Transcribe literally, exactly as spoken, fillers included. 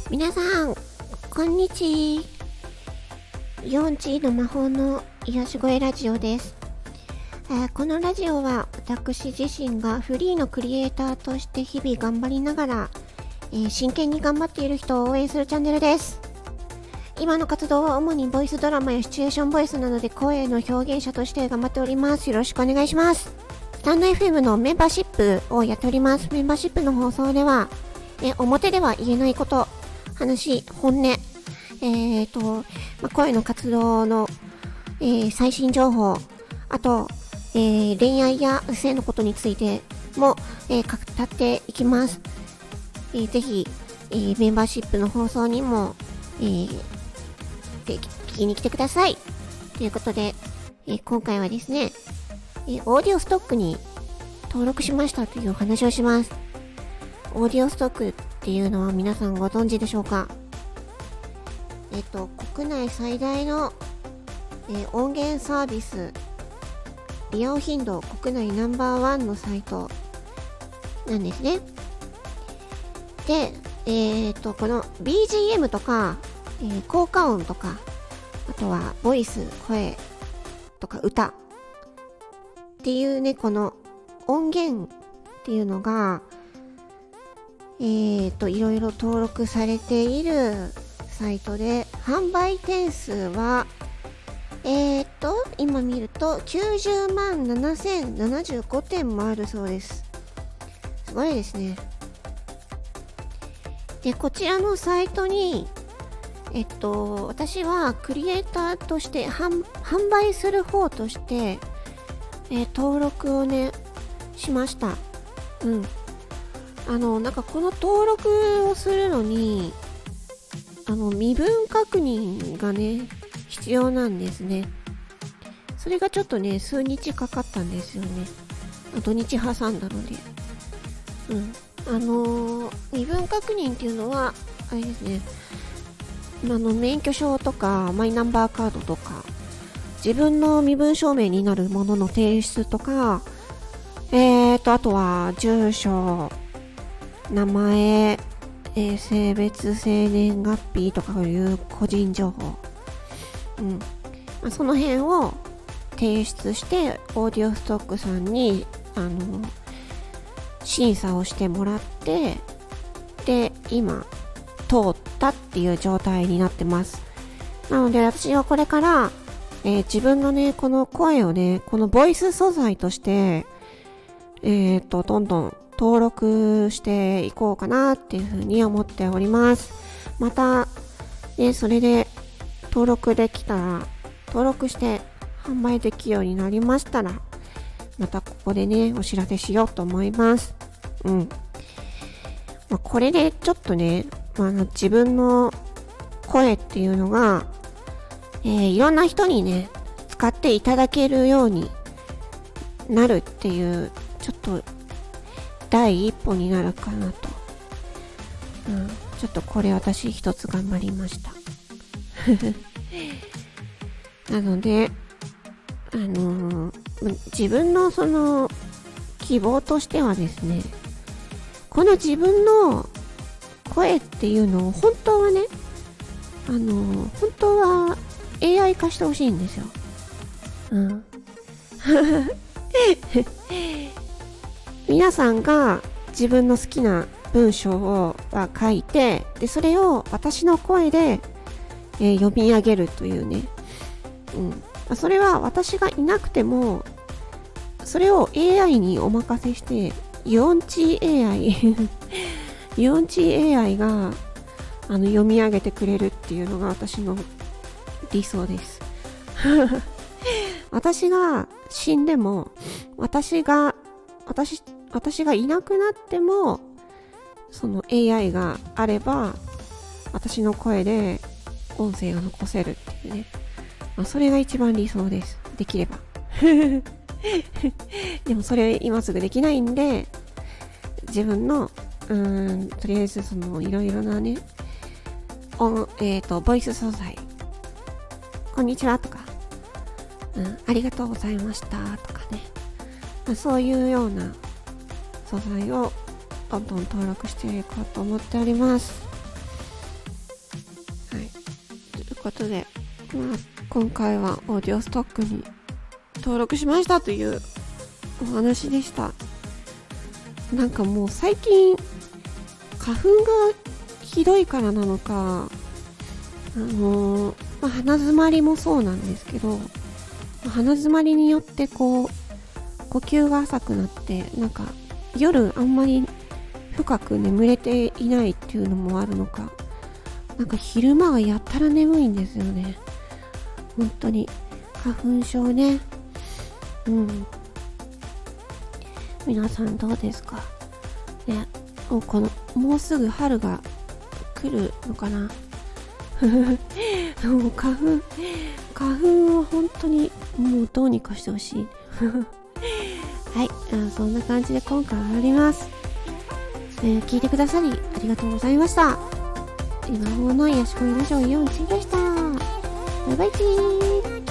皆さんこんにちよんちの魔法の癒し声ラジオです。えー、このラジオは私自身がフリーのクリエイターとして日々頑張りながら、えー、真剣に頑張っている人を応援するチャンネルです。今の活動は主にボイスドラマやシチュエーションボイスなどで声の表現者として頑張っております。よろしくお願いします。スタンド エフエム のメンバーシップをやっております。メンバーシップの放送では、えー、表では言えないこと、話、本音、えーと、まあ、声の活動の、えー、最新情報、あと、えー、恋愛や性のことについても、えー、語っていきます。えー、ぜひ、えー、メンバーシップの放送にも、えー、聞きに来てください。ということで、えー、今回はですね、えー、オーディオストックに登録しましたというお話をします。オーディオストックっていうのは皆さんご存知でしょうか？えっと、国内最大の、えー、音源サービス、利用頻度国内ナンバーワンのサイトなんですね。で、えっと、この ビージーエム とか、えー、効果音とか、あとはボイス、声とか歌っていうね、この音源っていうのが、えーと、いろいろ登録されているサイトで、販売点数は、えーと、今見るときゅうじゅうまんななせんななじゅうごてんもあるそうです。すごいですね。で、こちらのサイトに、えっと、私はクリエイターとして、販売する方として、えー、登録をね、しました。うん。あの、なんかこの登録をするのに、あの、身分確認がね、必要なんですね。それがちょっとね、数日かかったんですよね。土日挟んだので。うん。あのー、身分確認っていうのは、あれですね。あの、免許証とか、マイナンバーカードとか、自分の身分証明になるものの提出とか、えーと、あとは、住所、名前、えー、性別、生年月日とかいう個人情報、うんまあ、その辺を提出してオーディオストックさんにあの審査をしてもらって、で今通ったっていう状態になってます。なので私はこれから、えー、自分のねこの声をねこのボイス素材としてえーとどんどん登録していこうかなっていうふうに思っております。また、ね、それで登録できたら、登録して販売できるようになりましたら、またここでね、お知らせしようと思います。うん。まあ、これでちょっとね、まあ、自分の声っていうのが、えー、いろんな人にね、使っていただけるようになるっていう、ちょっと、第一歩になるかなと、うん、ちょっとこれ私一つ頑張りましたなのであのー、自分のその希望としてはですね、この自分の声っていうのを本当はねあのー、本当は エーアイ 化してほしいんですよ。うん皆さんが自分の好きな文章を書いて、でそれを私の声で、えー、読み上げるというね、うん、それは私がいなくてもそれを エーアイ にお任せして、ユオンチー エーアイ ユオンチー エーアイ があの読み上げてくれるっていうのが私の理想です私が死んでも私が私私がいなくなってもその エーアイ があれば私の声で音声が残せるっていうね、まあ、それが一番理想です。できればでもそれ今すぐできないんで、自分のうーんとりあえずそのいろいろなね音えっ、ー、とボイス素材、こんにちはとか、うん、ありがとうございましたとかね、まあ、そういうような素材をどんどん登録していこうと思っております。 ことで、まあ、今回はオーディオストックに登録しましたというお話でした。なんかもう最近花粉がひどいからなのか、あのーまあ、鼻詰まりもそうなんですけど、鼻詰まりによってこう呼吸が浅くなって、なんか夜あんまり深く眠れていないっていうのもあるのか、なんか昼間がやったら眠いんですよね。本当に花粉症ね。うん。皆さんどうですかね。もうこのもうすぐ春が来るのかな。もう花粉花粉は本当にもうどうにかしてほしい。はい、あ、そんな感じで今回は終わります。えー、聞いてくださりありがとうございました。今方のヤシコイラジオよんちでした。バイバイチー。